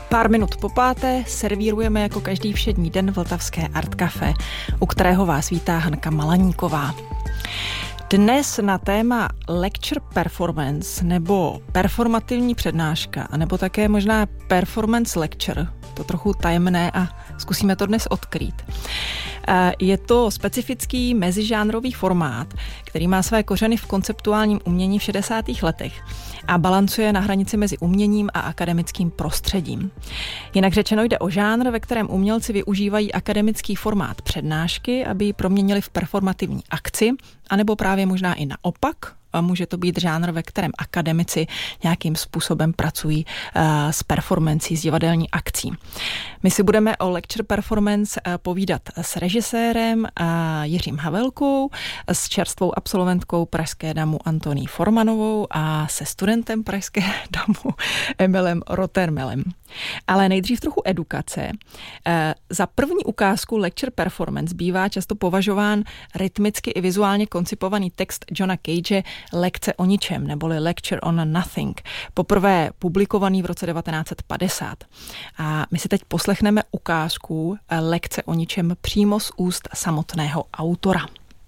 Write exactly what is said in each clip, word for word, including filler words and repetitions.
Pár minut po páté servírujeme jako každý všední den Vltavské Art Café, u kterého vás vítá Hanka Malaníková. Dnes na téma lecture performance nebo performativní přednáška, nebo také možná performance lecture, to trochu tajemné a zkusíme to dnes odkrýt. Je to specifický mezižánrový formát, který má své kořeny v konceptuálním umění v šedesátých letech a balancuje na hranici mezi uměním a akademickým prostředím. Jinak řečeno jde o žánr, ve kterém umělci využívají akademický formát přednášky, aby ji proměnili v performativní akci, anebo právě možná i naopak. A může to být žánr, ve kterém akademici nějakým způsobem pracují uh, s performancí, s divadelní akcí. My si budeme o lecture performance uh, povídat s režisérem uh, Jiřím Havelkou, s čerstvou absolventkou Pražské damu Antoní Formanovou a se studentem Pražské damu Emilem Rothermelem. Ale nejdřív trochu edukace. Uh, za první ukázku lecture performance bývá často považován rytmicky i vizuálně koncipovaný text Johna Cage Lekce o ničem, neboli Lecture on Nothing, poprvé publikovaný v roce devatenáct set padesát. A my si teď poslechneme ukázku Lekce o ničem přímo z úst samotného autora.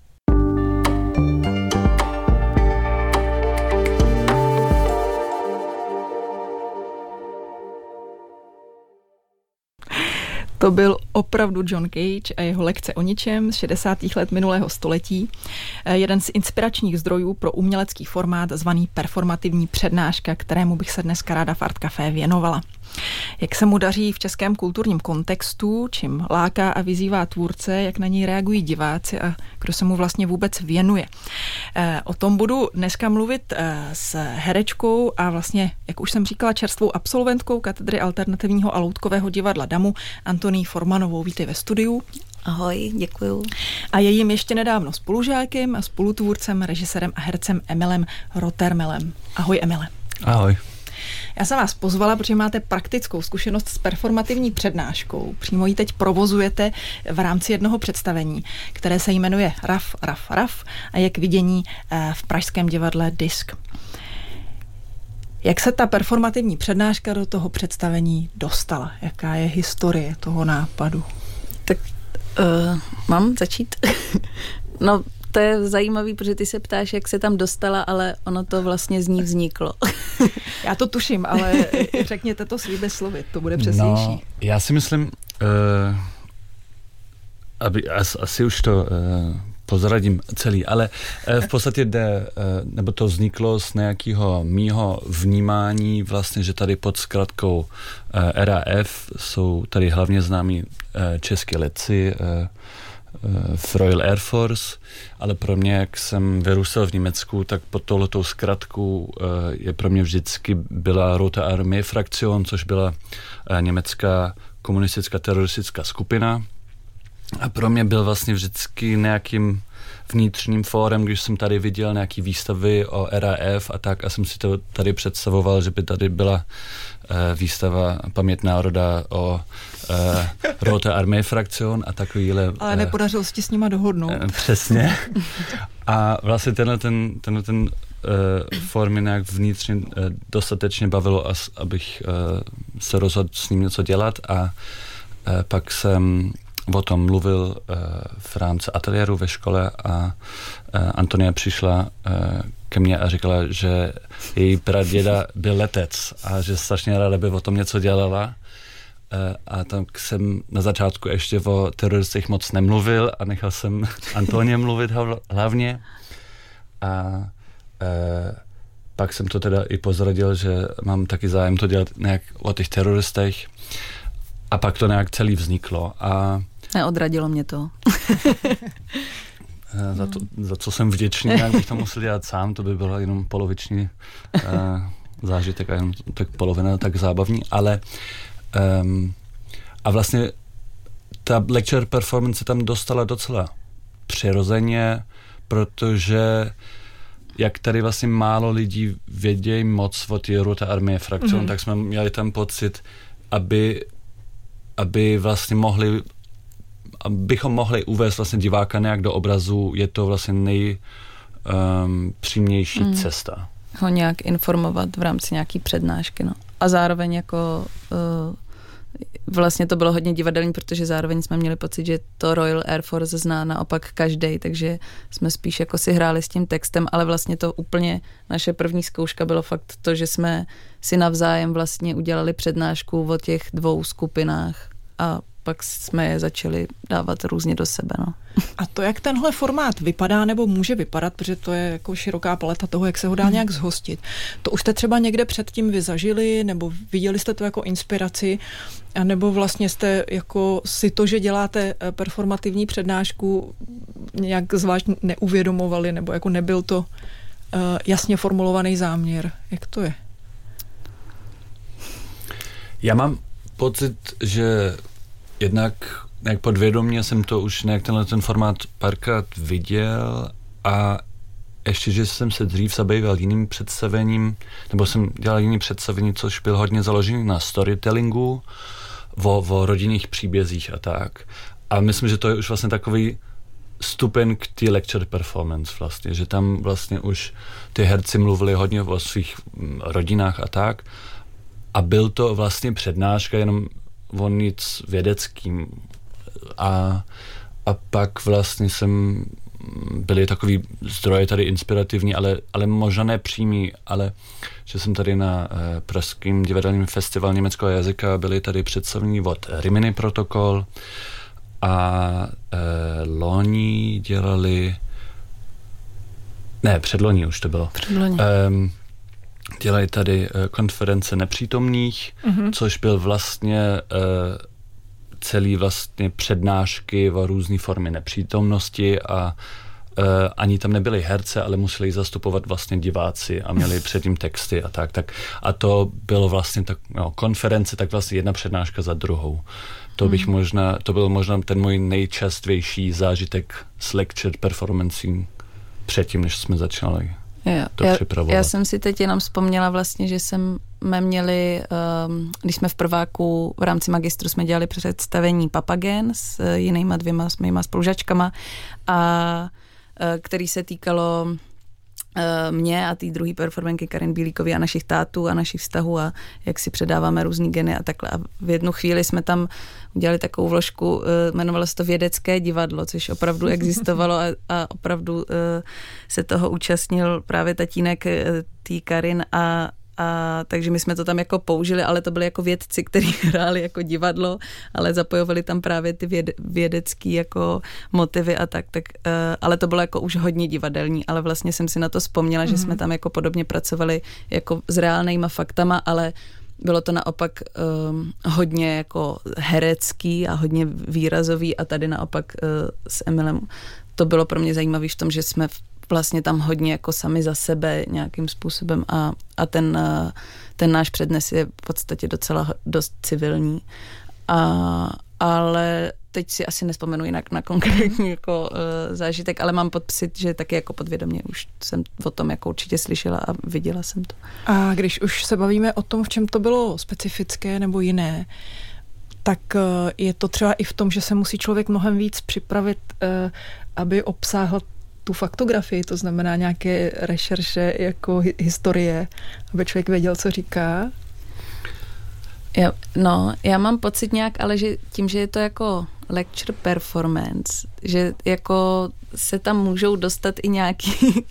To byl opravdu John Cage a jeho Lekce o ničem z šedesátých let minulého století. Jeden z inspiračních zdrojů pro umělecký formát zvaný performativní přednáška, kterému bych se dneska ráda v Art Café věnovala. Jak se mu daří v českém kulturním kontextu, čím láká a vyzývá tvůrce, jak na něj reagují diváci a kdo se mu vlastně vůbec věnuje. O tom budu dneska mluvit s herečkou a vlastně, jak už jsem říkala, čerstvou absolventkou katedry alternativního a loutkového divadla Damu Antoní Formanovou. Vítej ve studiu. Ahoj, děkuju. A jejím ještě nedávno spolužákem a spolutvůrcem, režisérem a hercem Emilem Rothermelem. Ahoj, Emile. Ahoj. Já jsem vás pozvala, protože máte praktickou zkušenost s performativní přednáškou. Přímo ji teď provozujete v rámci jednoho představení, které se jmenuje Raf, Raf, Raf a je k vidění v pražském divadle Disk. Jak se ta performativní přednáška do toho představení dostala? Jaká je historie toho nápadu? Tak uh, mám začít? No, to je zajímavý, protože ty se ptáš, jak se tam dostala, ale ono to vlastně z ní vzniklo. Já to tuším, ale řekněte to svými slovy, to bude přesnější. No, já si myslím, uh, aby as, asi už to uh, pozradím celý, ale uh, v podstatě jde, uh, nebo to vzniklo z nějakého mýho vnímání vlastně, že tady pod zkratkou uh, R A F jsou tady hlavně známí uh, české letci, uh, v Royal Air Force, ale pro mě, jak jsem vyrůstal v Německu, tak pod touhletou zkratku je pro mě vždycky byla Rote Armee Fraktion, což byla německá komunistická teroristická skupina. A pro mě byl vlastně vždycky nějakým vnitřním fórem, když jsem tady viděl nějaký výstavy o R A F a tak, a jsem si to tady představoval, že by tady byla uh, výstava Paměť národa o uh, Rote Armee Fraktion a takovýhle. Ale nepodařilo se ti s nima dohodnout. Uh, přesně. A vlastně tenhle ten, tenhle ten uh, formy nějak vnitřně uh, dostatečně bavilo, as, abych uh, se rozhodl s ním něco dělat a uh, pak jsem o tom mluvil uh, v rámci ateliéru ve škole a uh, Antonia přišla uh, ke mně a říkala, že její praděda byl letec a že strašně ráda by o tom něco dělala. Uh, a tak jsem na začátku ještě o teroristech moc nemluvil a nechal jsem Antonie mluvit hlavně. A uh, pak jsem to teda i pozradil, že mám taky zájem to dělat nějak o těch teroristech. A pak to nějak celý vzniklo. A neodradilo mě to. za, to za co jsem vděčný, jak bych to musel dělat sám, to by bylo jenom poloviční uh, zážitek a jenom tak polovina tak zábavní, ale um, a vlastně ta lecture performance se tam dostala docela přirozeně, protože jak tady vlastně málo lidí vědějí moc o té Rote Armee Fraktion, mm-hmm. tak jsme měli tam pocit, aby aby vlastně mohli, abychom mohli uvést vlastně diváka nějak do obrazu, je to vlastně nejpřímější um, mm. cesta. Ho nějak informovat v rámci nějaký přednášky, no. A zároveň jako uh, vlastně to bylo hodně divadelní, protože zároveň jsme měli pocit, že to Royal Air Force zná naopak každej, takže jsme spíš jako si hráli s tím textem, ale vlastně to úplně naše první zkouška bylo fakt to, že jsme si navzájem vlastně udělali přednášku o těch dvou skupinách a pak jsme je začali dávat různě do sebe. No. A to, jak tenhle formát vypadá nebo může vypadat, protože to je jako široká paleta toho, jak se ho dá nějak zhostit, to už jste třeba někde předtím vy zažili, nebo viděli jste to jako inspiraci, a nebo vlastně jste jako si to, že děláte performativní přednášku, nějak zvlášť neuvědomovali, nebo jako nebyl to uh, jasně formulovaný záměr. Jak to je? Já mám pocit, že jednak nějak podvědomě jsem to už nějak tenhle ten formát párkrát viděl a ještě, že jsem se dřív zabýval jiným představením, nebo jsem dělal jiný představení, což byl hodně založený na storytellingu, o, o rodinných příbězích a tak. A myslím, že to je už vlastně takový stupeň k té lecture performance vlastně, že tam vlastně už ty herci mluvili hodně o svých rodinách a tak. A byl to vlastně přednáška jenom o nic vědeckým. A, a pak vlastně jsem, byly takový zdroje tady inspirativní, ale, ale možná ne přímý, ale že jsem tady na eh, Pražském divadelním festivalu německého jazyka, byly tady představení od Rimini Protokol a eh, loni dělali, ne, předloni už to bylo. Předloni. Um, dělají tady uh, konference nepřítomných, mm-hmm. což byl vlastně uh, celý vlastně přednášky o různé formy nepřítomnosti a uh, ani tam nebyli herce, ale museli zastupovat vlastně diváci a měli předtím texty a tak. tak. A to bylo vlastně tak, no, konference, tak vlastně jedna přednáška za druhou. To bych mm. možná, to byl možná ten můj nejčastější zážitek s lecture performancing předtím, než jsme začali. Jo, já, já jsem si teď jenom vzpomněla vlastně, že jsme měli, um, když jsme v prváku v rámci magistru jsme dělali představení Papagen s jinýma dvěma s mýma spolužačkama, a který se týkalo uh, mě a té druhé performanky Karin Bílíkový a našich tátů a našich vztahů a jak si předáváme různý geny a takhle. A v jednu chvíli jsme tam udělali takovou vložku, uh, jmenovalo se to Vědecké divadlo, což opravdu existovalo a, a opravdu uh, se toho účastnil právě tatínek uh, tý Karin a A takže my jsme to tam jako použili, ale to byli jako vědci, kteří hráli jako divadlo, ale zapojovali tam právě ty věde, vědecký jako motivy a tak, tak uh, ale to bylo jako už hodně divadelní, ale vlastně jsem si na to vzpomněla, mm-hmm. že jsme tam jako podobně pracovali jako s reálnejma faktama, ale bylo to naopak um, hodně jako herecký a hodně výrazový a tady naopak uh, s Emilem to bylo pro mě zajímavé v tom, že jsme v vlastně tam hodně jako sami za sebe nějakým způsobem a, a ten, ten náš přednes je v podstatě docela dost civilní. A, ale teď si asi nespomenu jinak na konkrétní jako uh, zážitek, ale mám pocit, že taky jako podvědomě už jsem o tom jako určitě slyšela a viděla jsem to. A když už se bavíme o tom, v čem to bylo specifické nebo jiné, tak uh, je to třeba i v tom, že se musí člověk mnohem víc připravit, uh, aby obsáhl tu faktografii, to znamená nějaké rešerše jako historie, aby člověk věděl, co říká? Já, no, já mám pocit nějak, ale že tím, že je to jako lecture performance, že jako se tam můžou dostat i nějaký uh,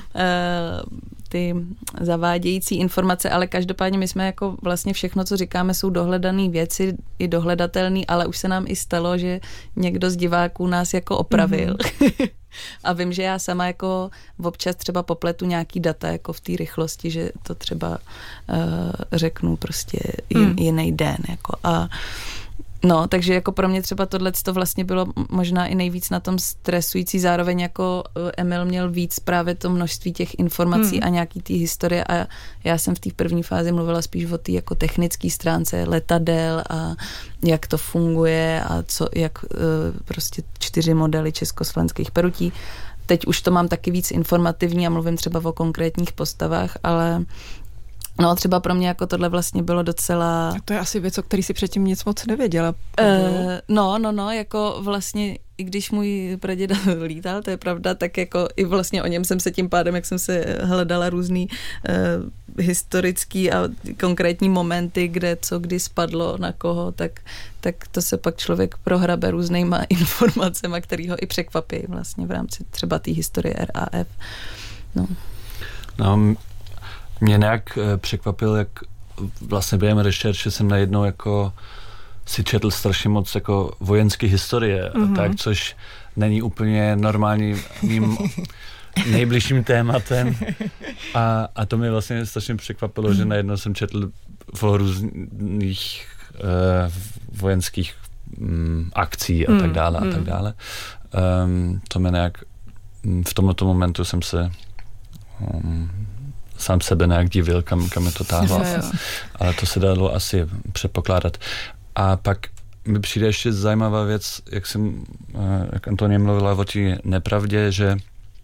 ty zavádějící informace, ale každopádně my jsme jako vlastně všechno, co říkáme, jsou dohledané věci, i dohledatelný, ale už se nám i stalo, že někdo z diváků nás jako opravil. Mm-hmm. A vím, že já sama jako občas třeba popletu nějaký data jako v té rychlosti, že to třeba uh, řeknu prostě jin, mm. jiný den. Jako. A no, takže jako pro mě třeba tohleto vlastně bylo možná i nejvíc na tom stresující, zároveň jako Emil měl víc právě to množství těch informací mm. a nějaký té historie a já jsem v té první fázi mluvila spíš o té jako technické stránce letadel a jak to funguje a co, jak prostě čtyři modely československých perutí. Teď už to mám taky víc informativní a mluvím třeba o konkrétních postavách, ale no třeba pro mě jako tohle vlastně bylo docela... A to je asi věc, o který si předtím nic moc nevěděla. Uh, no, no, no, jako vlastně, i když můj praděda lítal, to je pravda, tak jako i vlastně o něm jsem se tím pádem, jak jsem se hledala různý uh, historický a konkrétní momenty, kde co kdy spadlo na koho, tak, tak to se pak člověk prohrabe různýma informacemi, který ho i překvapí vlastně v rámci třeba té historie R A F. No. No, mě nějak překvapil, jak vlastně během rešerše jsem najednou jako si četl strašně moc jako vojenské historie, mm-hmm. a tak, což není úplně normální mým nejbližším tématem. A, a to mě vlastně strašně překvapilo, že najednou jsem četl o různých uh, vojenských um, akcí a tak dále a tak dále. Um, to mě nějak v tomto momentu jsem se um, sám sebe nějak divil, kam, kam je to táhlo. Ale to se dalo asi předpokládat. A pak mi přijde ještě zajímavá věc, jak jsem, jak Antonie mluvila o té nepravdě, že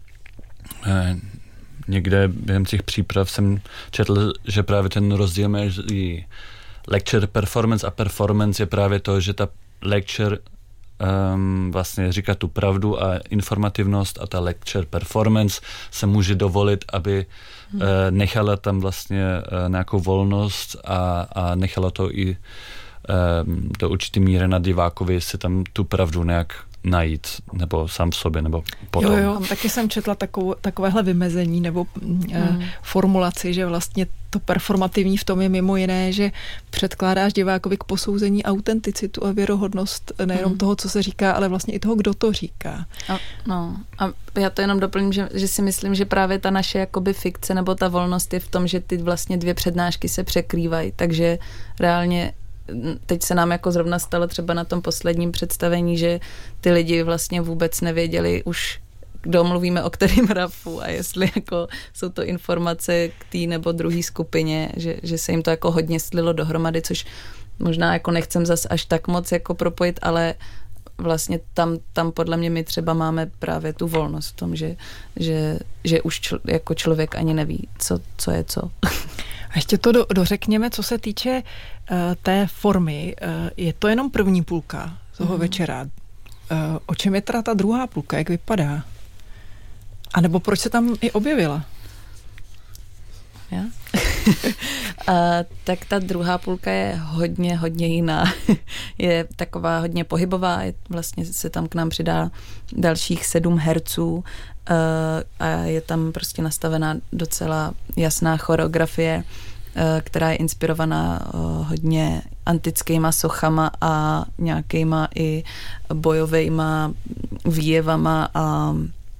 někde během těch příprav jsem četl, že právě ten rozdíl mezi lecture performance a performance je právě to, že ta lecture um, vlastně říká tu pravdu a informativnost a ta lecture performance se může dovolit, aby hmm. uh, nechala tam vlastně uh, nějakou volnost a, a nechala to i um, do určitý míry na divákovi si tam tu pravdu nějak najít, nebo sám v sobě, nebo potom. Jo, jo, taky jsem četla takovou, takovéhle vymezení, nebo mm. eh, formulaci, že vlastně to performativní v tom je mimo jiné, že předkládáš divákovi k posouzení autenticitu a věrohodnost nejenom mm. toho, co se říká, ale vlastně i toho, kdo to říká. A, no, a já to jenom doplním, že, že si myslím, že právě ta naše jakoby fikce, nebo ta volnost je v tom, že ty vlastně dvě přednášky se překrývají, takže reálně teď se nám jako zrovna stalo třeba na tom posledním představení, že ty lidi vlastně vůbec nevěděli už, kdo mluvíme o kterým rafu a jestli jako jsou to informace k té nebo druhé skupině, že, že se jim to jako hodně slilo dohromady, což možná jako nechcem zas až tak moc jako propojit, ale vlastně tam, tam podle mě my třeba máme právě tu volnost v tom, že, že, že už čl, jako člověk ani neví, co, co je co. A ještě to do, dořekněme, co se týče uh, té formy. Uh, je to jenom první půlka toho mm. večera. Uh, o čem je teda ta druhá půlka? Jak vypadá? A nebo proč se tam i objevila? Já? uh, tak ta druhá půlka je hodně, hodně jiná. Je taková hodně pohybová. Je, vlastně se tam k nám přidá dalších sedm herců uh, a je tam prostě nastavená docela jasná choreografie, uh, která je inspirovaná uh, hodně antickýma sochama a nějakýma i bojovejma výjevama a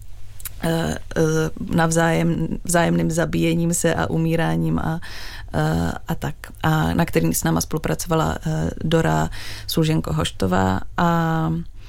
navzájem, vzájemným zabíjením se a umíráním a, a tak. A na kterým s náma spolupracovala Dora Služenko-Hoštová a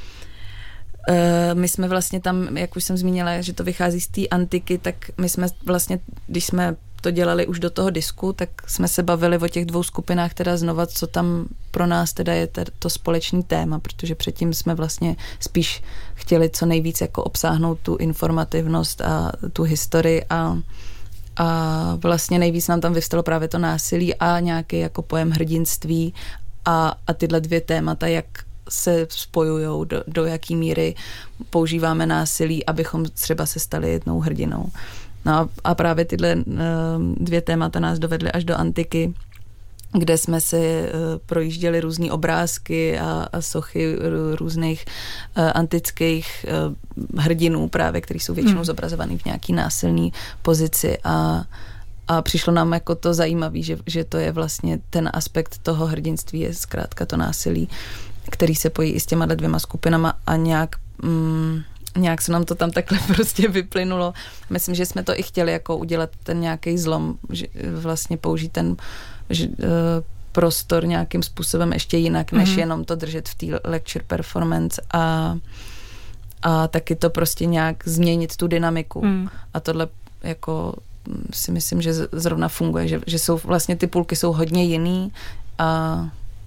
my jsme vlastně tam, jak už jsem zmínila, že to vychází z té antiky, tak my jsme vlastně, když jsme to dělali už do toho disku, tak jsme se bavili o těch dvou skupinách teda znova, co tam pro nás teda je to společný téma, protože předtím jsme vlastně spíš chtěli co nejvíc jako obsáhnout tu informativnost a tu historii a, a vlastně nejvíc nám tam vyvstalo právě to násilí a nějaký jako pojem hrdinství a, a tyhle dvě témata, jak se spojujou, do, do jaký míry používáme násilí, abychom třeba se stali jednou hrdinou. No a právě tyhle uh, dvě témata nás dovedly až do antiky, kde jsme si uh, projížděli různý obrázky a, a sochy různých uh, antických uh, hrdinů právě, který jsou většinou hmm. zobrazovaný v nějaký násilný pozici a, a přišlo nám jako to zajímavé, že, že to je vlastně ten aspekt toho hrdinství, je zkrátka to násilí, který se pojí i s těma dvěma skupinama a nějak... Mm, nějak se nám to tam takhle prostě vyplynulo. Myslím, že jsme to i chtěli jako udělat ten nějaký zlom, že vlastně použít ten že, uh, prostor nějakým způsobem ještě jinak, než mm-hmm. jenom to držet v té lecture performance a, a taky to prostě nějak změnit tu dynamiku. Mm. A tohle jako si myslím, že zrovna funguje, že, že jsou vlastně ty půlky jsou hodně jiný a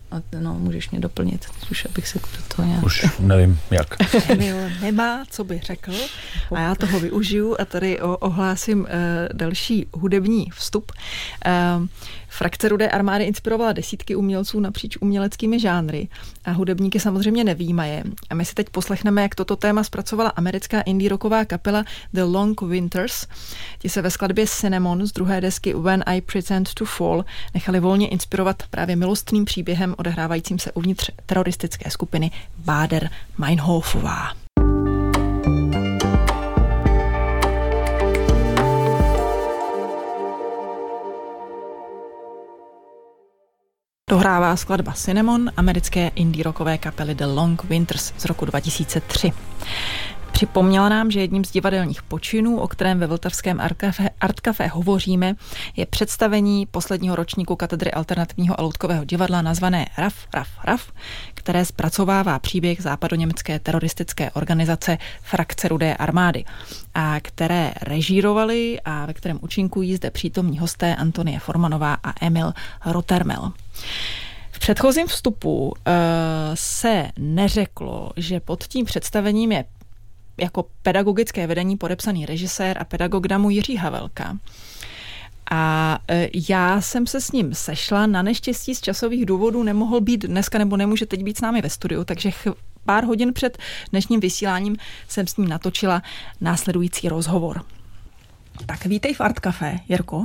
A no, můžeš mě doplnit, už abych se do toho nějak... Už nevím, jak. Emil nemá, co by řekl a já toho využiju a tady ohlásím uh, další hudební vstup. Uh, Frakce Rudé armády inspirovala desítky umělců napříč uměleckými žánry a hudebníky samozřejmě nevyjímaje. A my si teď poslechneme, jak toto téma zpracovala americká indie rocková kapela The Long Winters. Ti se ve skladbě Cinnamon z druhé desky When I Pretend to Fall nechali volně inspirovat právě milostným příběhem odehrávajícím se uvnitř teroristické skupiny Baader Meinhofová. Dohrává skladba Cinnamon americké indie rockové kapely The Long Winters z roku dva tisíce tři. Připomněla nám, že jedním z divadelních počinů, o kterém ve vltavském Art Café, Art Café hovoříme, je představení posledního ročníku katedry alternativního a loutkového divadla nazvané Raf, Raf, Raf, které zpracovává příběh západoněmecké teroristické organizace Frakce Rudé armády, a které režírovali a ve kterém účinkují zde přítomní hosté Antonie Formanová a Emil Rothermel. V předchozím vstupu uh, se neřeklo, že pod tím představením je jako pedagogické vedení podepsaný režisér a pedagog Damu Jiří Havelka. A já jsem se s ním sešla, na neštěstí z časových důvodů nemohl být dneska nebo nemůže teď být s námi ve studiu, takže ch- pár hodin před dnešním vysíláním jsem s ním natočila následující rozhovor. Tak vítej v Art Café, Jirko.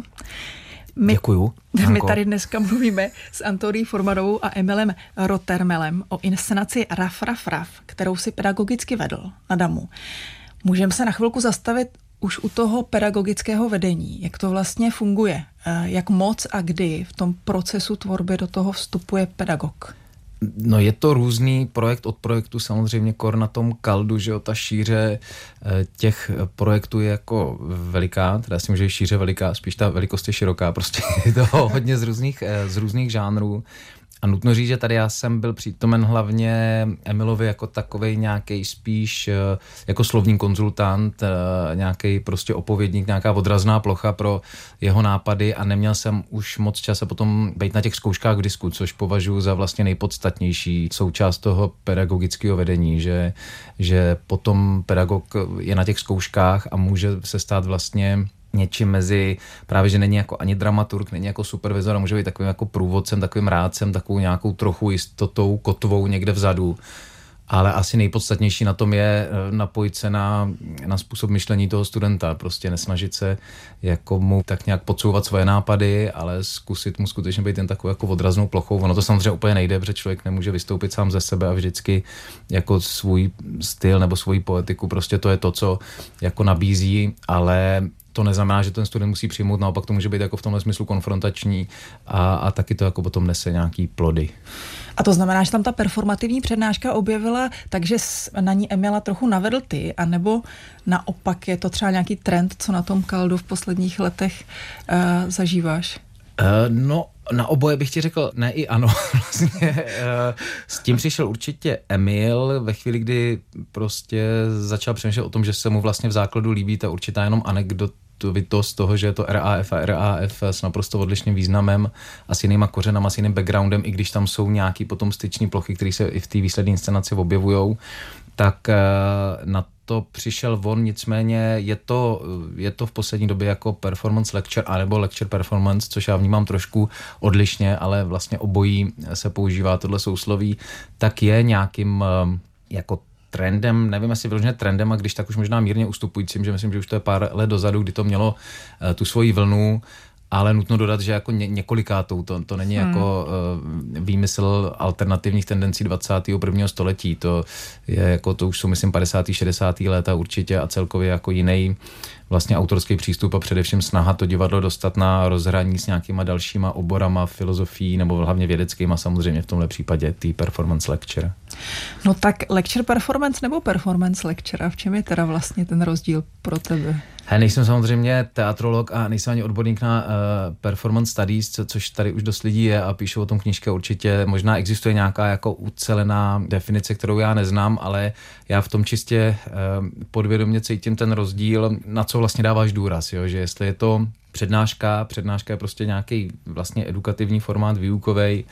My, Děkuju. My tady dneska mluvíme s Antonií Formanovou a Emilem Rothermelem o inscenaci Raf, Raf, Raf, kterou si pedagogicky vedl na Damu. Můžeme se na chvilku zastavit už u toho pedagogického vedení. Jak to vlastně funguje? Jak moc a kdy v tom procesu tvorby do toho vstupuje pedagog? No je to různý projekt od projektu, samozřejmě kor na tom kaldu, že jo, ta šíře těch projektů je jako veliká, teda si může šíře veliká, spíš ta velikost je široká, prostě je to hodně z různých, z různých žánrů. A nutno říct, že tady já jsem byl přítomen hlavně Emilovi jako takovej nějaký spíš jako slovní konzultant, nějaký prostě opovědník, nějaká odrazná plocha pro jeho nápady a neměl jsem už moc času potom být na těch zkouškách v disku, což považuji za vlastně nejpodstatnější součást toho pedagogického vedení, že, že potom pedagog je na těch zkouškách a může se stát vlastně něčím mezi, právě že není jako ani dramaturg, není jako supervizor, může být takovým jako průvodcem, takovým rádcem, takovou nějakou trochu jistotou, kotvou někde vzadu. Ale asi nejpodstatnější na tom je napojit se na, na způsob myšlení toho studenta, prostě nesnažit se jako mu tak nějak podsouvat svoje nápady, ale zkusit mu skutečně být jen takovou jako odraznou plochou. Ono to samozřejmě úplně nejde, protože člověk nemůže vystoupit sám ze sebe a vždycky jako svůj styl nebo svoji poetiku, prostě to je to, co jako nabízí, ale to neznamená, že ten student musí přijmout, naopak to může být jako v tomhle smyslu konfrontační a, a taky to jako potom nese nějaký plody. A to znamená, že tam ta performativní přednáška objevila, takže na ní Emila trochu navedl ty, anebo naopak je to třeba nějaký trend, co na tom kaldu v posledních letech uh, zažíváš? Uh, no, na oboje bych ti řekl ne i ano. Vlastně, uh, s tím přišel určitě Emil ve chvíli, kdy prostě začal přemýšlet o tom, že se mu vlastně v základu líbí ta určitá jenom anekdotovitost toho, že je to R A F a R A F s naprosto odlišným významem a s jinýma kořenama, s jiným backgroundem, i když tam jsou nějaký potom styční plochy, které se i v té výsledné inscenaci objevujou, tak uh, na to přišel on, nicméně je to, je to v poslední době jako performance lecture anebo lecture performance, což já vnímám trošku odlišně, ale vlastně obojí se používá tohle sousloví, tak je nějakým jako trendem, nevím jestli vyloženě trendem, a když tak už možná mírně ustupujícím, že myslím, že už to je pár let dozadu, kdy to mělo tu svoji vlnu, ale nutno dodat, že jako ně, několikátou, to, to není hmm. jako uh, výmysl alternativních tendencí dvacátého prvního století, to je jako, to už jsou myslím padesátá šedesátá léta určitě a celkově jako jiný vlastně autorský přístup a především snaha to divadlo dostat na rozhraní s nějakýma dalšíma oborama filozofií nebo hlavně vědeckýma, samozřejmě v tomhle případě tý performance lecture. No tak lecture performance nebo performance lecture, a v čem je teda vlastně ten rozdíl pro tebe? He, nejsem samozřejmě teatrolog a nejsem ani odborník na uh, performance studies, co, což tady už dost lidí je a píšou o tom knížky určitě. Možná existuje nějaká jako ucelená definice, kterou já neznám, ale já v tom čistě uh, podvědomě cítím ten rozdíl, na co vlastně dáváš důraz, jo? Že jestli je to přednáška, přednáška je prostě nějaký vlastně edukativní formát výukovej,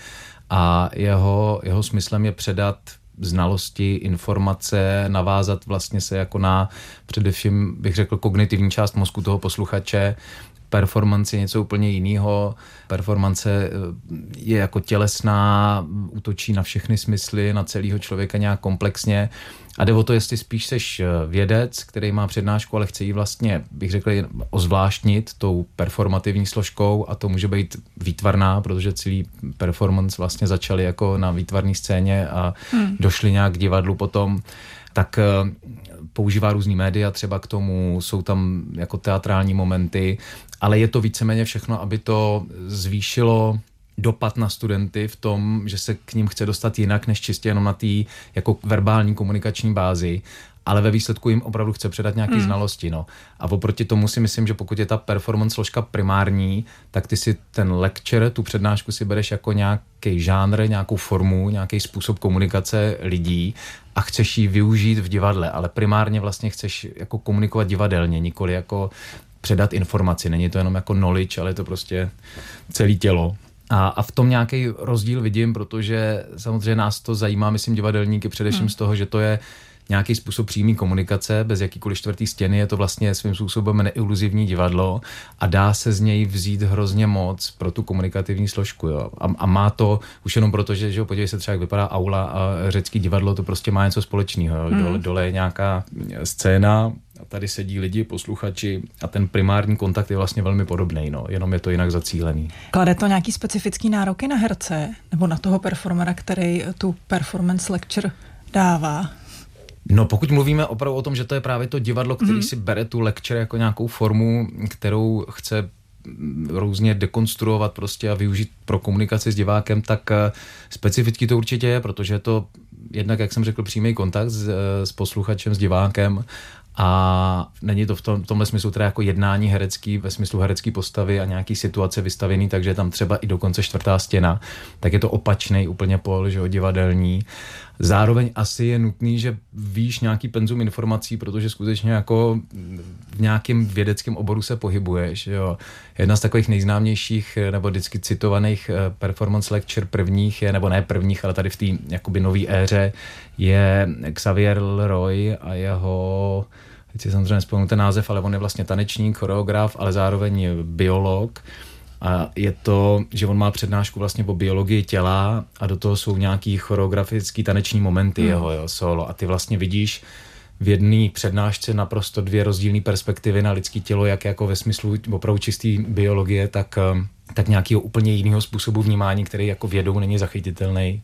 a jeho, jeho smyslem je předat znalosti, informace, navázat vlastně se jako na především, bych řekl, kognitivní část mozku toho posluchače. Performance je něco úplně jiného. Performance je jako tělesná, útočí na všechny smysly, na celého člověka nějak komplexně. A jde o to, jestli spíš seš vědec, který má přednášku, ale chce ji vlastně, bych řekl, ozvláštnit tou performativní složkou, a to může být výtvarná, protože celý performance vlastně začaly jako na výtvarné scéně a hmm. došli nějak k divadlu potom. Tak používá různý média třeba k tomu, jsou tam jako teatrální momenty, ale je to víceméně všechno, aby to zvýšilo dopad na studenty v tom, že se k ním chce dostat jinak, než čistě jenom na té jako verbální komunikační bázi, ale ve výsledku jim opravdu chce předat nějaké hmm. znalosti. No. A oproti tomu si myslím, že pokud je ta performance složka primární, tak ty si ten lecture, tu přednášku si bereš jako nějaký žánr, nějakou formu, nějaký způsob komunikace lidí a chceš ji využít v divadle, ale primárně vlastně chceš jako komunikovat divadelně, nikoli jako předat informaci. Není to jenom jako knowledge, ale je to prostě celé tělo. A, a v tom nějaký rozdíl vidím, protože samozřejmě nás to zajímá, myslím, divadelníky především hmm. z toho, že to je nějaký způsob přímý komunikace, bez jakýkoliv čtvrtý stěny, je to vlastně svým způsobem neiluzivní divadlo a dá se z něj vzít hrozně moc pro tu komunikativní složku. Jo. A, a má to, už jenom proto, že, že podívej se třeba, jak vypadá aula a řecký divadlo, to prostě má něco společného. Hmm. Dole, dole je nějaká scéna, a tady sedí lidi, posluchači a ten primární kontakt je vlastně velmi podobný, no, jenom je to jinak zacílený. Klade to nějaký specifický nároky na herce nebo na toho performera, který tu performance lecture dává? No, pokud mluvíme opravdu o tom, že to je právě to divadlo, který mm. si bere tu lecture jako nějakou formu, kterou chce různě dekonstruovat prostě a využít pro komunikaci s divákem, tak specifický to určitě je, protože je to jednak, jak jsem řekl, přímý kontakt s, s posluchačem, s divákem. A není to v, tom, v tomhle smyslu teda jako jednání herecký, ve smyslu herecký postavy a nějaký situace vystavený, takže je tam třeba i dokonce čtvrtá stěna, tak je to opačnej úplně pol, že jo, divadelní. Zároveň asi je nutný, že víš nějaký penzum informací, protože skutečně jako v nějakém vědeckém oboru se pohybuješ. Jo. Jedna z takových nejznámějších nebo vždycky citovaných performance lecture prvních je, nebo ne prvních, ale tady v té jakoby nový éře je Xavier Leroy a jeho, teď si samozřejmě nespomenu ten název, ale on je vlastně tanečník, choreograf, ale zároveň biolog. A je to, že on má přednášku vlastně o biologii těla a do toho jsou nějaký choreografický taneční momenty mm. jeho jo, solo. A ty vlastně vidíš v jedné přednášce naprosto dvě rozdílné perspektivy na lidské tělo, jak jako ve smyslu opravdu čistý biologie, tak, tak nějakého úplně jiného způsobu vnímání, který jako vědou není zachytitelný.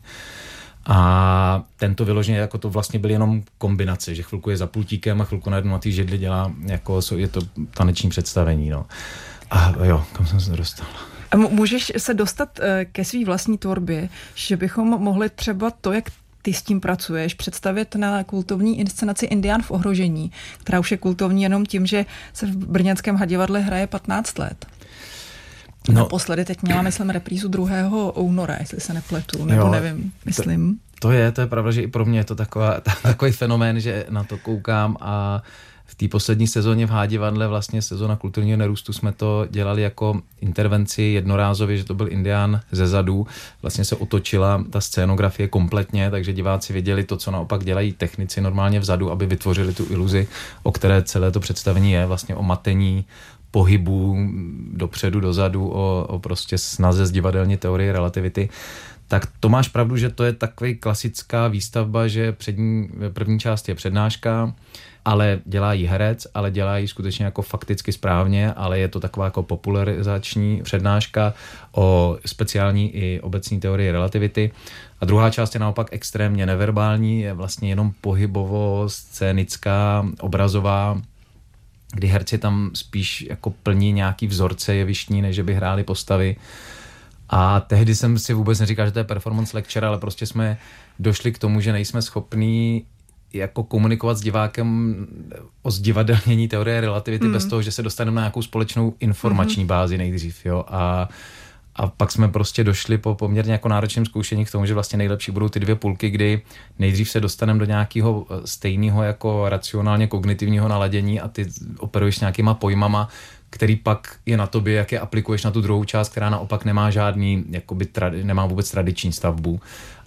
A tento vyloženě jako to vlastně byl jenom kombinace, že chvilku je za pultíkem a chvilku najednou na té židli dělá, jako je to taneční představení. No. A jo, kam jsem se dostal? A můžeš se dostat ke své vlastní tvorbě, že bychom mohli třeba to, jak ty s tím pracuješ, představit na kultovní inscenaci Indián v ohrožení, která už je kultovní jenom tím, že se v brněnském Hadivadle hraje patnáct let. No. Naposledy teď měla, myslím, reprízu druhého února, jestli se nepletu, nebo jo, nevím, myslím. To, to je, to je pravda, že i pro mě je to taková, takový fenomén, že na to koukám a v té poslední sezóně v Hadivadle, vlastně sezóna kulturního nerůstu, jsme to dělali jako intervenci jednorázově, že to byl Indián ze zadu. Vlastně se otočila ta scénografie kompletně, takže diváci viděli to, co naopak dělají technici normálně vzadu, aby vytvořili tu iluzi, o které celé to představení je, vlastně o matení pohybu dopředu, dozadu, o, o prostě snaze z divadelní teorie relativity. Tak to máš pravdu, že to je takový klasická výstavba, že přední, první část je přednáška, ale dělá ji herec, ale dělá ji skutečně jako fakticky správně, ale je to taková jako popularizační přednáška o speciální i obecní teorii relativity. A druhá část je naopak extrémně neverbální, je vlastně jenom pohybovo, scénická, obrazová, kdy herci tam spíš jako plní nějaký vzorce jevištní, než že by hráli postavy. A tehdy jsem si vůbec neříkal, že to je performance lecture, ale prostě jsme došli k tomu, že nejsme schopní jako komunikovat s divákem o zdivadelnění teorie relativity mm. bez toho, že se dostaneme na nějakou společnou informační mm. bázi nejdřív. Jo? A, A pak jsme prostě došli po poměrně jako náročném zkoušení k tomu, že vlastně nejlepší budou ty dvě půlky, kdy nejdřív se dostaneme do nějakého stejného jako racionálně kognitivního naladění a ty operuješ nějakýma pojmama, který pak je na tobě, jak je aplikuješ na tu druhou část, která naopak nemá žádný, jakoby tradi- nemá vůbec tradiční stavbu.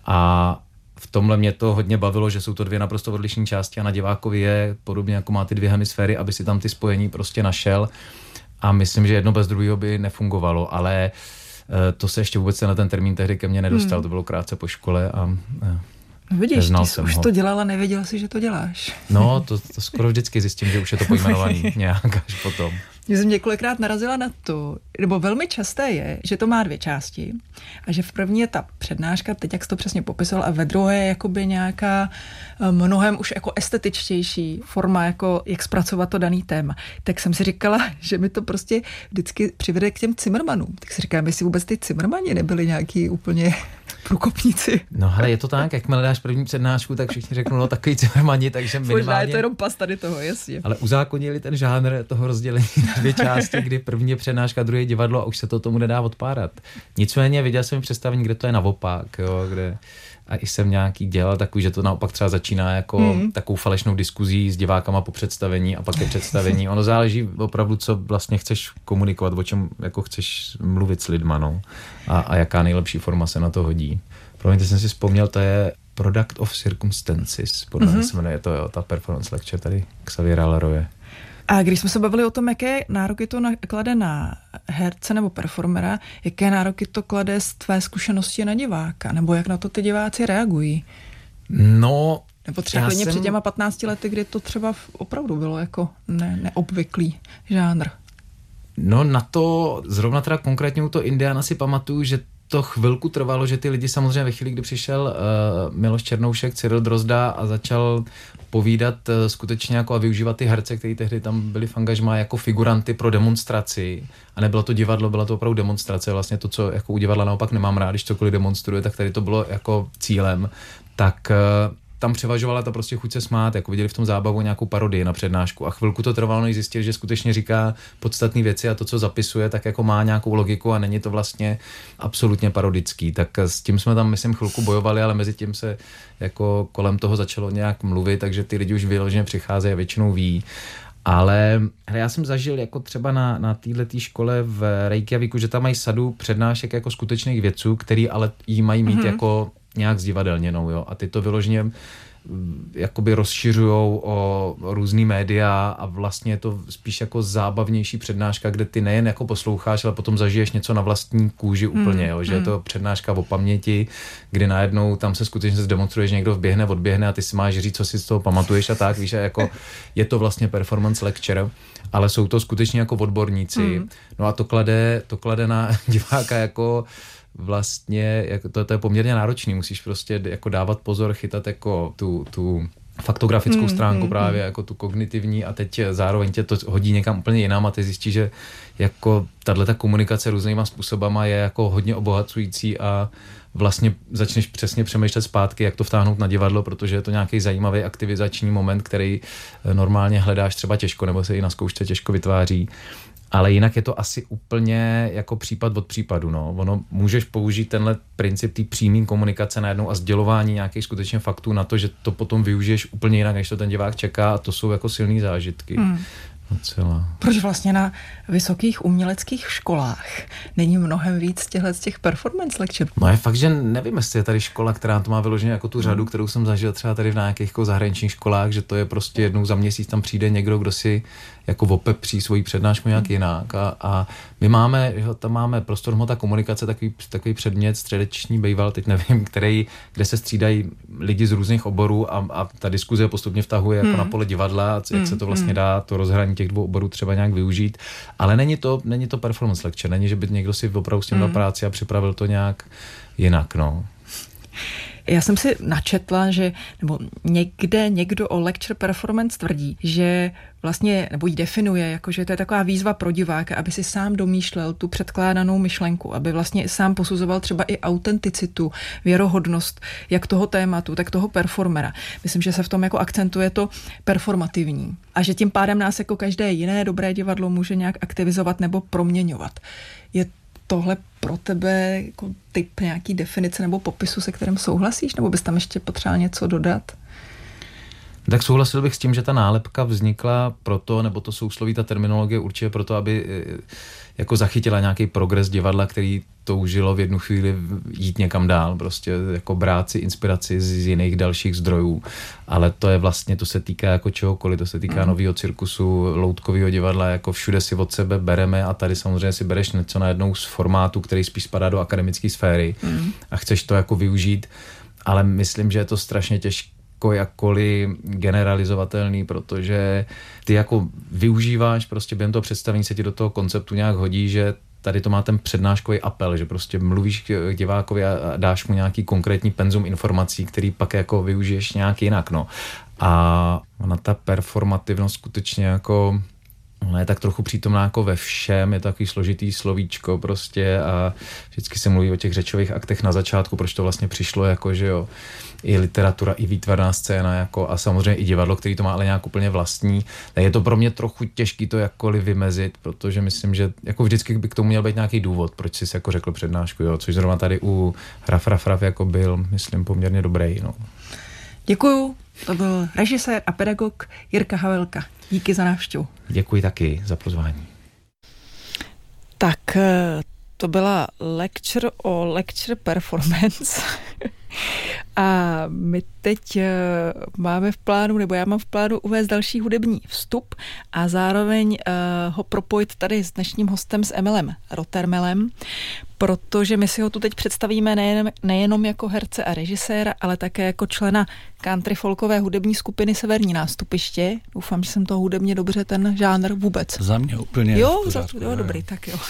A v tomhle mě to hodně bavilo, že jsou to dvě naprosto odlišné části a na divákovi je podobně jako má ty dvě hemisféry, aby si tam ty spojení prostě našel. A myslím, že jedno bez druhého by nefungovalo, ale to se ještě vůbec na ten termín tehdy ke mně nedostal, hmm. to bylo krátce po škole a vidíš, ty jsi už ho. to dělala, nevěděla si, že to děláš. No, to, to skoro vždycky zjistím, že už je to pojmenovaný nějak až potom. Já jsem několikrát narazila na to, nebo velmi časté je, že to má dvě části a že v první je ta přednáška, teď jak jsi to přesně popisoval, a ve druhé je jakoby nějaká mnohem už jako estetičtější forma, jako jak zpracovat to daný téma. Tak jsem si říkala, že mi to prostě vždycky přivede k těm Cimrmanům. Tak si říkám, jestli vůbec ty Cimrmani nebyli nějaký úplně průkopníci. No ale je to tak, jakmile dáš první přednášku, tak všichni řeknou, no takový Cimrmani, takže minimálně... Možná je to jenom pas tady toho, jasně. Ale uzákonili ten žánr toho rozdělení na dvě části, kdy první je přednáška, druhé je divadlo a už se to tomu nedá odpárat. Nicméně viděl jsem představení, kde to je naopak, jo, kde a i jsem nějaký dělal takový, že to naopak třeba začíná jako mm. takovou falešnou diskuzí s divákama po představení a pak je představení. Ono záleží opravdu, co vlastně chceš komunikovat, o čem jako chceš mluvit s lidma, no. A, a jaká nejlepší forma se na to hodí. Promiňte, jsem si vzpomněl, to je Product of Circumstances, podle mě mm-hmm. se jmenuje to, jo, ta performance lecture tady Xaviera Leroye. A když jsme se bavili o tom, jaké nároky to klade na herce nebo performera, jaké nároky to klade z tvé zkušenosti na diváka, nebo jak na to ty diváci reagují? No, nebo třeba klidně jsem... před těma patnácti lety, kdy to třeba opravdu bylo jako ne, neobvyklý žánr. No na to, zrovna teda konkrétně u toho Indiana si pamatuju, že to chvilku trvalo, že ty lidi samozřejmě ve chvíli, kdy přišel uh, Miloš Černoušek, Cyril Drozda a začal povídat uh, skutečně jako a využívat ty herce, kteří tehdy tam byli v angažmá jako figuranty pro demonstraci. A nebylo to divadlo, byla to opravdu demonstrace. Vlastně to, co jako u divadla naopak nemám rád, když cokoliv demonstruje, tak tady to bylo jako cílem. Tak uh, tam převažovala ta prostě chuť se smát, jako viděli v tom zábavu nějakou parodii na přednášku a chvilku to trvalo, než zjistili, že skutečně říká podstatné věci a to, co zapisuje, tak jako má nějakou logiku a není to vlastně absolutně parodický. Tak s tím jsme tam, myslím, chvilku bojovali, ale mezi tím se jako kolem toho začalo nějak mluvit, takže ty lidi už vyloženě přicházejí a většinou ví. Ale já jsem zažil jako třeba na, na této škole v Reykjavíku, že tam mají sadu přednášek jako skutečných vědců, který ale jí mají mít mm-hmm. jako nějak zdivadelněnou, jo. A ty to vyloženě jakoby rozšiřujou o různý média a vlastně je to spíš jako zábavnější přednáška, kde ty nejen jako posloucháš, ale potom zažiješ něco na vlastní kůži úplně, jo. Že je to přednáška o paměti, kdy najednou tam se skutečně zdemonstruješ, někdo vběhne, odběhne a ty si máš říct, co si z toho pamatuješ a tak, víš, jako je to vlastně performance lecture, ale jsou to skutečně jako odborníci. Mm. No a to klade, to klade na diváka jako vlastně, jako to, to je poměrně náročný, musíš prostě jako dávat pozor, chytat jako tu, tu faktografickou mm, stránku mm, právě, mm. jako tu kognitivní a teď zároveň tě to hodí někam úplně jinam a ty zjistíš, že jako tato komunikace různýma způsobama je jako hodně obohacující a vlastně začneš přesně přemýšlet zpátky, jak to vtáhnout na divadlo, protože je to nějaký zajímavý aktivizační moment, který normálně hledáš třeba těžko, nebo se i na zkoušce těžko vytváří. Ale jinak je to asi úplně jako případ od případu. No. Ono můžeš použít tenhle princip té přímé komunikace najednou a sdělování nějakých skutečně faktů na to, že to potom využiješ úplně jinak, než to ten divák čeká a to jsou jako silný zážitky. Hmm. Docela. Proč vlastně na vysokých uměleckých školách není mnohem víc těchto z těch performance lecture? No je fakt, že nevím, jestli je tady škola, která to má vyloženě jako tu řadu, kterou jsem zažil třeba tady v nějakých jako zahraničních školách, že to je prostě jednou za měsíc tam přijde někdo, kdo si jako opepří svoji přednášku nějak hmm. jinak a, a my máme, jo, tam máme prostor hmota komunikace, takový, takový předmět středeční bejval, teď nevím, který, kde se střídají lidi z různých oborů a, a ta diskuze postupně vtahuje jako hmm. na pole divadla, jak hmm. se to vlastně dá, to rozhraní těch dvou oborů třeba nějak využít, ale není to, není to performance lecture, není, že by někdo si opravdu s tím dal hmm. práci a připravil to nějak jinak, no. Já jsem si načetla, že nebo někde někdo o lecture performance tvrdí, že vlastně, nebo ji definuje, jako že to je taková výzva pro diváka, aby si sám domýšlel tu předkládanou myšlenku, aby vlastně sám posuzoval třeba i autenticitu, věrohodnost jak toho tématu, tak toho performera. Myslím, že se v tom jako akcentuje to performativní a že tím pádem nás jako každé jiné dobré divadlo může nějak aktivizovat nebo proměňovat. Je tohle pro tebe jako typ nějaký definice nebo popisu, se kterým souhlasíš, nebo bys tam ještě potřeboval něco dodat? Tak souhlasil bych s tím, že ta nálepka vznikla proto, nebo to sousloví, ta terminologie určitě proto, aby jako zachytila nějaký progres divadla, který toužilo v jednu chvíli jít někam dál, prostě jako brát si inspiraci z jiných dalších zdrojů, ale to je vlastně, to se týká jako čehokoliv, to se týká mm. nového cirkusu, loutkového divadla, jako všude si od sebe bereme a tady samozřejmě si bereš něco najednou z formátu, který spíš spadá do akademické sféry mm. a chceš to jako využít, ale myslím, že je to strašně těžké jako jakkoliv generalizovatelný, protože ty jako využíváš, prostě během toho představení se ti do toho konceptu nějak hodí, že tady to má ten přednáškový apel, že prostě mluvíš k divákovi a dáš mu nějaký konkrétní penzum informací, který pak jako využiješ nějak jinak, no. A ona ta performativnost skutečně jako ona je tak trochu přítomná jako ve všem, je to takový složitý slovíčko prostě a vždycky se mluví o těch řečových aktech na začátku, proč to vlastně přišlo, jako že jo, i literatura, i výtvarná scéna, jako a samozřejmě i divadlo, který to má ale nějak úplně vlastní. Tak je to pro mě trochu těžký to jakkoliv vymezit, protože myslím, že jako vždycky by k tomu měl být nějaký důvod, proč jsi jako řekl přednášku, jo, což zrovna tady u Hraf Raf Raf jako byl, myslím, poměrně dobrý, no. Děkuju, to byl režisér a pedagog Jirka Havelka. Díky za návštěvu. Děkuji taky za pozvání. Tak to byla lecture o lecture performance. A my teď máme v plánu, nebo já mám v plánu uvést další hudební vstup a zároveň uh, ho propojit tady s dnešním hostem, s Emilem Rothermelem, protože my si ho tu teď představíme nejen, nejenom jako herce a režiséra, ale také jako člena country folkové hudební skupiny Severní nástupiště. Doufám, že jsem to hudebně dobře ten žánr vůbec. Za mě úplně. Jo, za, jo dobrý, tak jo.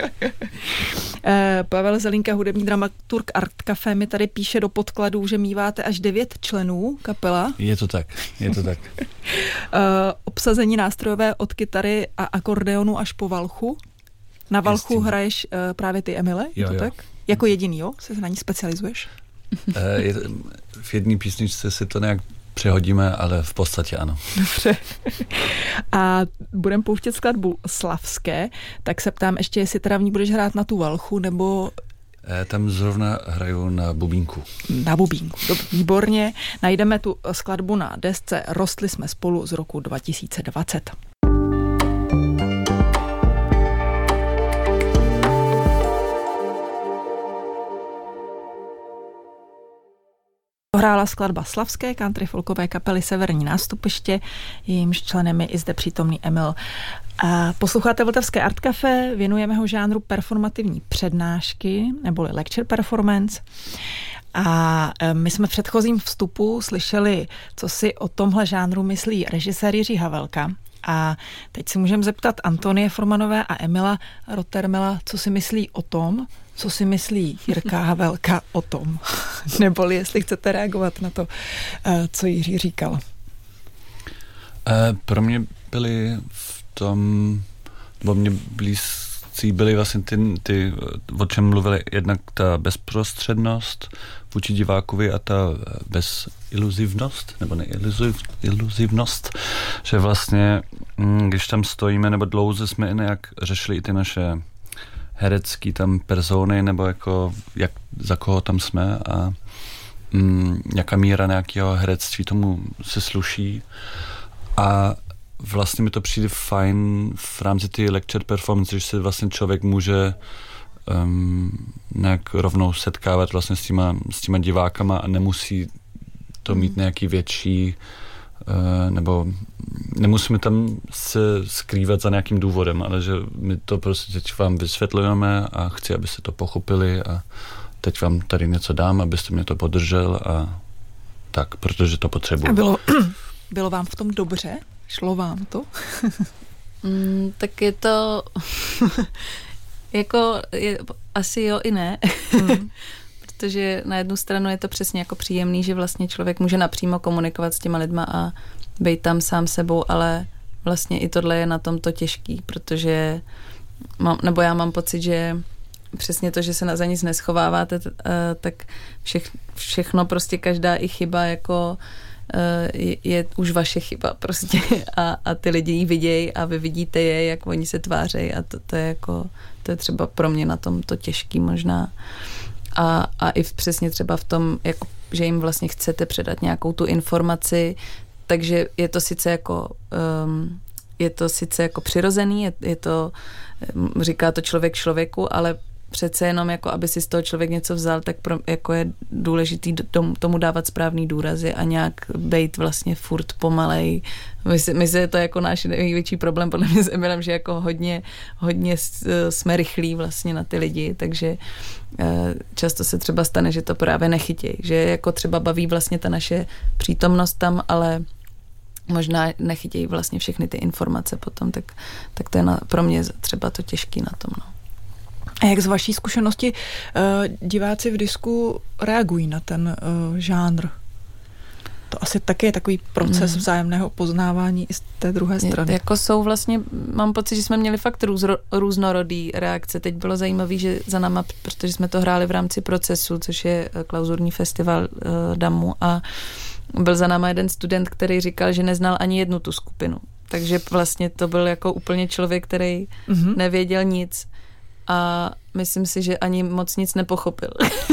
Pavel Zelinka, hudební dramaturg Art Café, mi tady píše do podkladů, že míváte až devět členů kapela. Je to tak, je to tak. Obsazení nástrojové od kytary a akordeonu až po valchu. Na valchu Jistým. Hraješ uh, právě ty, Emile, je jo, to jo. tak? Jako jediný, jo? Se na ní specializuješ? E, je, v jedné písničce si to nějak přehodíme, ale v podstatě ano. Dobře. A budeme pouštět skladbu Slavské, tak se ptám ještě, jestli teda v ní budeš hrát na tu valchu, nebo... E, tam zrovna hraju na bubínku. Na bubínku, Dob, výborně. Najdeme tu skladbu na desce Rostli jsme spolu z roku dva tisíce dvacet. Hrála skladba Slavské, country folkové kapely Severní nástupiště, jejímž členem je i zde přítomný Emil. A posloucháte Vltavské Art Café, věnujeme ho žánru performativní přednášky, neboli lecture performance. A my jsme v předchozím vstupu slyšeli, co si o tomhle žánru myslí režisér Jiří Havelka. A teď si můžeme zeptat Antonie Formanové a Emila Rothermela, co si myslí o tom, co si myslí Jirka Havelka o tom. Neboli jestli chcete reagovat na to, co Jiří říkal. Pro mě byly v tom, nebo mě blízcí byly vlastně ty, ty, o čem mluvili, jednak ta bezprostřednost vůči divákovi a ta beziluzivnost, nebo neiluzivnost, že vlastně, když tam stojíme, nebo dlouze jsme i nějak řešili i ty naše herecký tam persony, nebo jako jak, za koho tam jsme a mm, jaká míra nějakého herectví tomu se sluší. A vlastně mi to přijde fajn v rámci ty lecture performance, že se vlastně člověk může um, nějak rovnou setkávat vlastně s těma, s těma divákama a nemusí to mít nějaký větší uh, nebo nemusíme tam se skrývat za nějakým důvodem, ale že my to prostě teď vám vysvětlujeme a chci, abyste to pochopili a teď vám tady něco dám, abyste mě to podržel a tak, protože to potřebuji. A bylo, bylo vám v tom dobře? Šlo vám to? mm, tak je to jako je, asi jo i ne. Mm. Protože na jednu stranu je to přesně jako příjemný, že vlastně člověk může napřímo komunikovat s těma lidma a být tam sám sebou, ale vlastně i tohle je na tom to těžký, protože mám, nebo já mám pocit, že přesně to, že se na, za nic neschováváte, t, uh, tak všech, všechno, prostě každá i chyba jako je, je už vaše chyba prostě a, a ty lidi ji vidějí a vy vidíte je, jak oni se tvářejí a to, to je jako, to je třeba pro mě na tom to těžký možná. A, a i v, přesně třeba v tom, jako, že jim vlastně chcete předat nějakou tu informaci, takže je to sice jako um, je to sice jako přirozený, je, je to, říká to člověk člověku, ale přece jenom jako, aby si z toho člověk něco vzal, tak pro, jako je důležitý tom, tomu dávat správný důrazy a nějak bejt vlastně furt pomalej. My si, my si je to jako náš největší problém podle mě s Emilem, že jako hodně, hodně jsme rychlí vlastně na ty lidi, takže často se třeba stane, že to právě nechytějí, že jako třeba baví vlastně ta naše přítomnost tam, ale možná nechytějí vlastně všechny ty informace potom, tak, tak to je na, pro mě třeba to těžký na tom, no. A jak z vaší zkušenosti uh, diváci v disku reagují na ten uh, žánr? To asi taky je takový proces mm. vzájemného poznávání i z té druhé strany. Je, jako jsou vlastně, mám pocit, že jsme měli fakt růzro, různorodý reakce. Teď bylo zajímavé, že za náma, protože jsme to hráli v rámci Procesu, což je klauzurní festival uh, Damu a byl za náma jeden student, který říkal, že neznal ani jednu tu skupinu. Takže vlastně to byl jako úplně člověk, který mm-hmm. nevěděl nic. A myslím si, že ani moc nic nepochopil.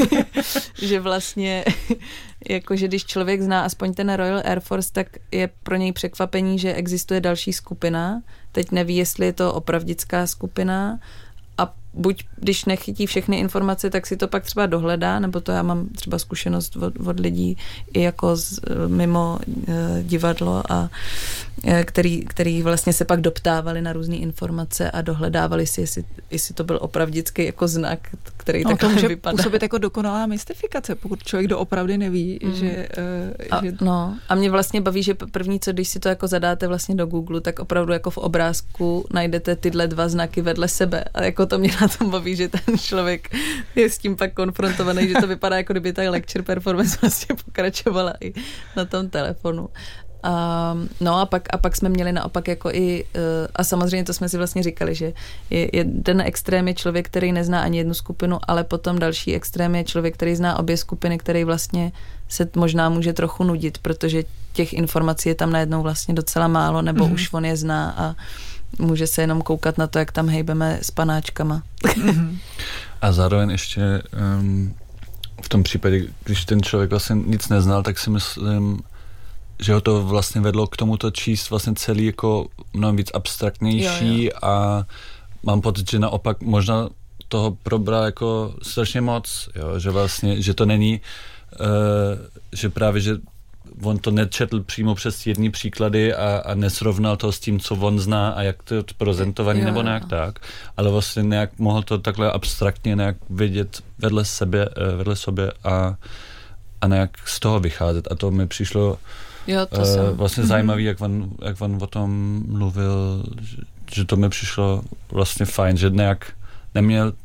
Že vlastně, jakože když člověk zná aspoň ten Royal Air Force, tak je pro něj překvapení, že existuje další skupina. Teď neví, jestli je to opravdická skupina a buď když nechytí všechny informace, tak si to pak třeba dohledá, nebo to já mám třeba zkušenost od, od lidí i jako z, mimo e, divadlo a e, který, který vlastně se pak doptávali na různé informace a dohledávali si, jestli, jestli to byl opravdický jako znak, který no, takhle to může vypadá. působit jako dokonalá mystifikace, pokud člověk doopravdy neví, mm. že, e, a, že... No, a mě vlastně baví, že první, co když si to jako zadáte vlastně do Google, tak opravdu jako v obrázku najdete tyhle dva znaky vedle sebe a jako to mě na tom baví, že ten člověk je s tím pak konfrontovaný, že to vypadá, jako kdyby ta lecture performance vlastně pokračovala i na tom telefonu. A, no a pak, a pak jsme měli naopak jako i, a samozřejmě to jsme si vlastně říkali, že je, je, ten extrém je člověk, který nezná ani jednu skupinu, ale potom další extrém je člověk, který zná obě skupiny, který vlastně se možná může trochu nudit, protože těch informací je tam najednou vlastně docela málo, nebo mm-hmm. už on je zná a může se jenom koukat na to, jak tam hejbeme s panáčkama. A zároveň ještě um, v tom případě, když ten člověk vlastně nic neznal, tak si myslím, že ho to vlastně vedlo k tomuto číst vlastně celý jako mnohem víc abstraktnější jo, jo. A mám pocit, že naopak možná toho probral jako strašně moc, jo, že vlastně, že to není, uh, že právě, že on to nečetl přímo přes jedny příklady a, a nesrovnal to s tím, co on zná a jak to je prezentovaný jo, nebo nějak jo. tak, ale vlastně nějak mohl to takhle abstraktně nějak vidět vedle sebe, vedle sobě a, a nějak z toho vycházet a to mi přišlo jo, to uh, jsem. vlastně mm-hmm. zajímavý, jak on, jak on o tom mluvil, že, že to mi přišlo vlastně fajn, že nějak neměl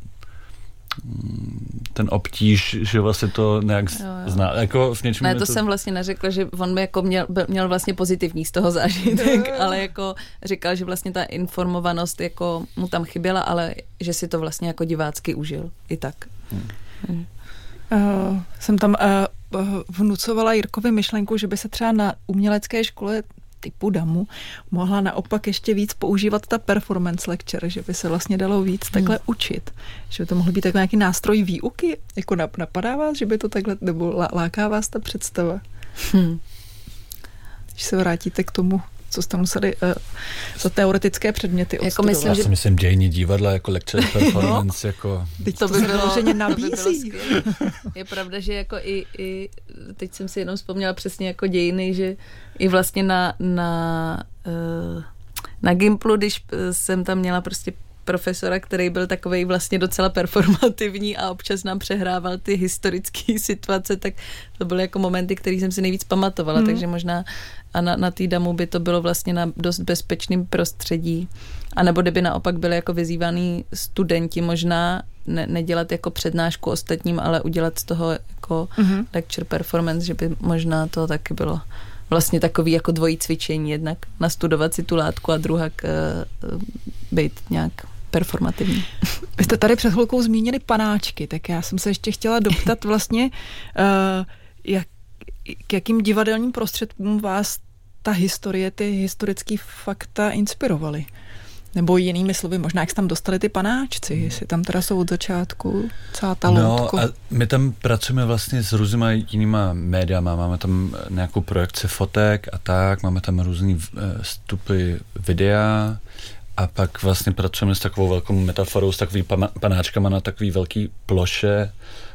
ten obtíž, že vlastně to nějak jo, jo. zná. Jako v něčem ne, to, to jsem vlastně neřekla, že on jako měl, měl vlastně pozitivní z toho zážitek, ale jako říkal, že vlastně ta informovanost jako mu tam chyběla, ale že si to vlastně jako divácky užil. I tak. Hmm. Hmm. Uh, jsem tam uh, vnucovala Jirkovi myšlenku, že by se třeba na umělecké škole typu Damu mohla naopak ještě víc používat ta performance lecture, že by se vlastně dalo víc hmm. takhle učit. Že by to mohl být takový nějaký nástroj výuky? Jako napadá vás, že by to takhle, nebo láká vás ta představa? Hmm. Když se vrátíte k tomu, co jste museli uh, za teoretické předměty odstudovat. Jako myslím, Já si myslím dějní divadla jako lecture performance. no. jako... Teď to by bylo, že nabízí. To by bylo je pravda, že jako i, i, teď jsem si jenom vzpomněla přesně jako dějiny, že i vlastně na, na, uh, na Gimplu, když jsem tam měla prostě profesora, který byl takovej vlastně docela performativní a občas nám přehrával ty historické situace, tak to byly jako momenty, které jsem si nejvíc pamatovala, hmm. takže možná a na, na té Damu by to bylo vlastně na dost bezpečným prostředí. A nebo kdyby naopak byli jako vyzývaný studenti možná ne, nedělat jako přednášku ostatním, ale udělat z toho jako hmm. lecture performance, že by možná to taky bylo vlastně takový jako dvojí cvičení, jednak nastudovat si tu látku a druhá k, uh, být nějak performativní. Vy jste tady před chvilkou zmínili panáčky, tak já jsem se ještě chtěla doptat vlastně, uh, jak, k jakým divadelním prostředkům vás ta historie, ty historické fakta inspirovaly? Nebo jinými slovy, možná jak jste tam dostali ty panáčci, jestli tam teda jsou od začátku celá ta loutko. No a my tam pracujeme vlastně s různýma jinýma médiama, máme tam nějakou projekci fotek a tak, máme tam různý vstupy videa a pak vlastně pracujeme s takovou velkou metaforou, s takovými panáčkama na takový velký ploše,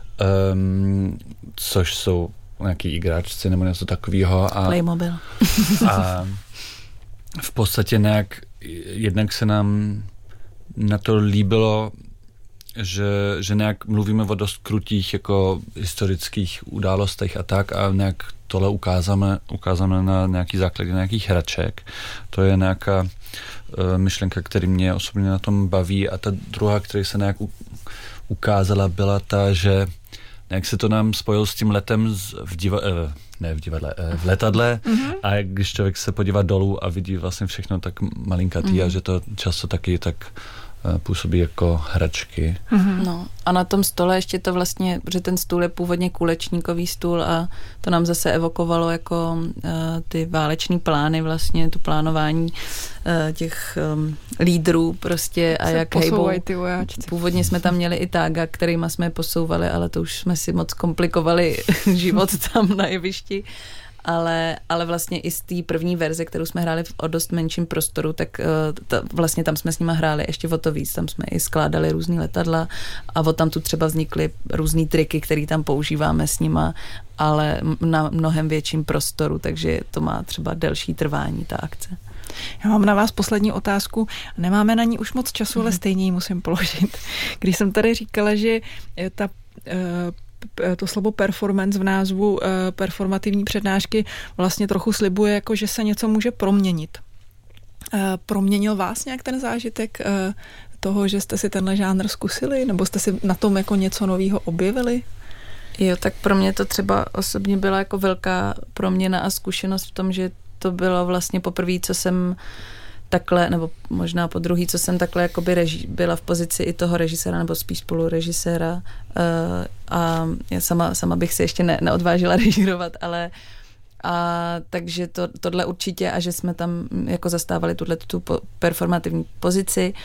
um, což jsou nějaký igračci nebo něco takového. A, Playmobil. A v podstatě nějak jednak se nám na to líbilo, že, že nějak mluvíme o dost krutých jako historických událostech a tak a nějak tohle ukázáme, ukázáme na nějaký základě nějakých hraček. To je nějaká uh, myšlenka, která mě osobně na tom baví a ta druhá, která se nějak u, ukázala, byla ta, že jak se to nám spojilo s tím letem v divadle, ne v divadle, v letadle mm-hmm. a když člověk se podívá dolů a vidí vlastně všechno tak malinkatý mm-hmm. a že to často taky tak působí jako hračky. Mm-hmm. No a na tom stole ještě to vlastně, že ten stůl je původně kulečníkový stůl a to nám zase evokovalo jako uh, ty váleční plány vlastně, to plánování uh, těch um, lídrů prostě a se jak hejbou. Ty vojáčci. Původně jsme tam měli i tága, kterýma jsme posouvali, ale to už jsme si moc komplikovali život tam na jevišti. Ale, ale vlastně i z té první verze, kterou jsme hráli v o dost menším prostoru, tak ta, vlastně tam jsme s nima hráli ještě o to víc, tam jsme i skládali různý letadla a od tam tu třeba vznikly různý triky, které tam používáme s nima, ale na mnohem větším prostoru, takže to má třeba delší trvání, ta akce. Já mám na vás poslední otázku. Nemáme na ní už moc času, ale stejně ji musím položit. Když jsem tady říkala, že ta to slovo performance v názvu performativní přednášky vlastně trochu slibuje, jako že se něco může proměnit. Proměnil vás nějak ten zážitek toho, že jste si tenhle žánr zkusili? Nebo jste si na tom jako něco nového objevili? Jo, tak pro mě to třeba osobně byla jako velká proměna a zkušenost v tom, že to bylo vlastně poprvé, co jsem takhle, nebo možná po druhý, co jsem takhle jakoby reži, byla v pozici i toho režiséra, nebo spíš spolurežiséra uh, a já sama, sama bych se ještě ne, neodvážila režírovat, ale a takže to, tohle určitě a že jsme tam jako zastávali tuhle tu performativní pozici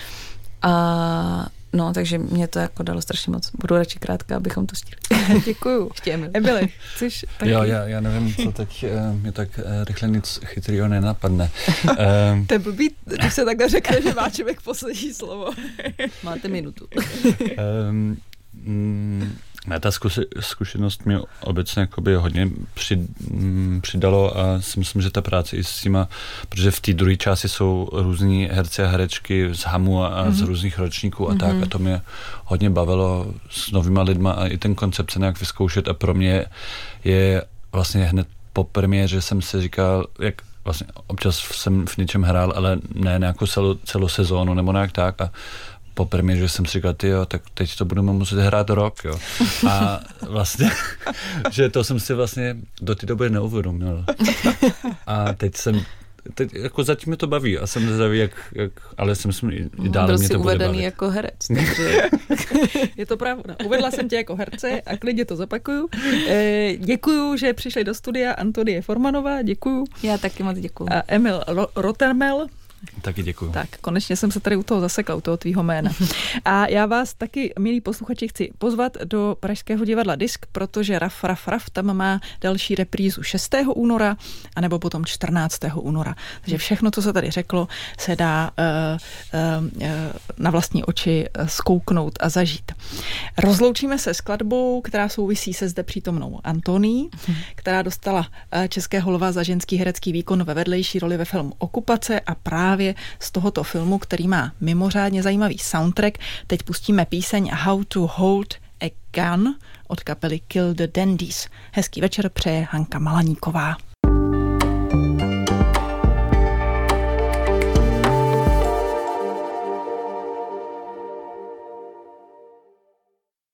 a no, takže mě to jako dalo strašně moc. Budu radši krátká, abychom to stihli. Děkuju. Chtějeme. Emily, chceš taky? Jo, já, já nevím, co teď mě tak rychle nic chytrýho nenapadne. To je blbý, když se takhle řekne, že má člověk poslední slovo. Máte minutu. um, mm, ta zkusi, zkušenost mě obecně jakoby hodně při, mm, přidalo a si myslím, že ta práce i s těma, protože v té druhé části jsou různí herci a herečky z Hamu a, a mm-hmm. z různých ročníků a mm-hmm. tak a to mě hodně bavilo s novýma lidma a i ten koncept se nějak vyzkoušet a pro mě je vlastně hned po premiéře jsem si říkal, jak vlastně občas jsem v něčem hrál, ale ne nějakou celou, celou sezónu nebo nějak tak a po premiéře jsem si říkal, tyjo, tak teď to budeme muset hrát rok, jo. A vlastně, že to jsem si vlastně do té doby neuvědomil. A teď jsem, teď jako zatím mě to baví a jsem zvědavý, jak, jak, ale jsem si i dále mě to bude bavit. Byl jsi uvedený jako herec, takže... Je to pravda. Uvedla jsem tě jako herce a klidně to zopakuju. E, děkuju, že přišli do studia Antonie Formanová, děkuju. Já taky moc děkuju. A Emil Rothermel. Taky děkuju. Tak, konečně jsem se tady u toho zasekla, u toho tvýho jména. A já vás taky, milí posluchači, chci pozvat do Pražského divadla Disk, protože Raf, Raf, Raf tam má další reprízu šestého února, anebo potom čtrnáctého února. Takže všechno, co se tady řeklo, se dá uh, uh, na vlastní oči zkouknout a zažít. Rozloučíme se skladbou, která souvisí se zde přítomnou Antonií, hmm. která dostala Českého lva za ženský herecký výkon ve vedlejší roli ve filmu Okupace a právě Právě z tohoto filmu, který má mimořádně zajímavý soundtrack. Teď pustíme píseň How to Hold a Gun od kapely Kill the Dandies. Hezký večer přeje Hanka Malaníková.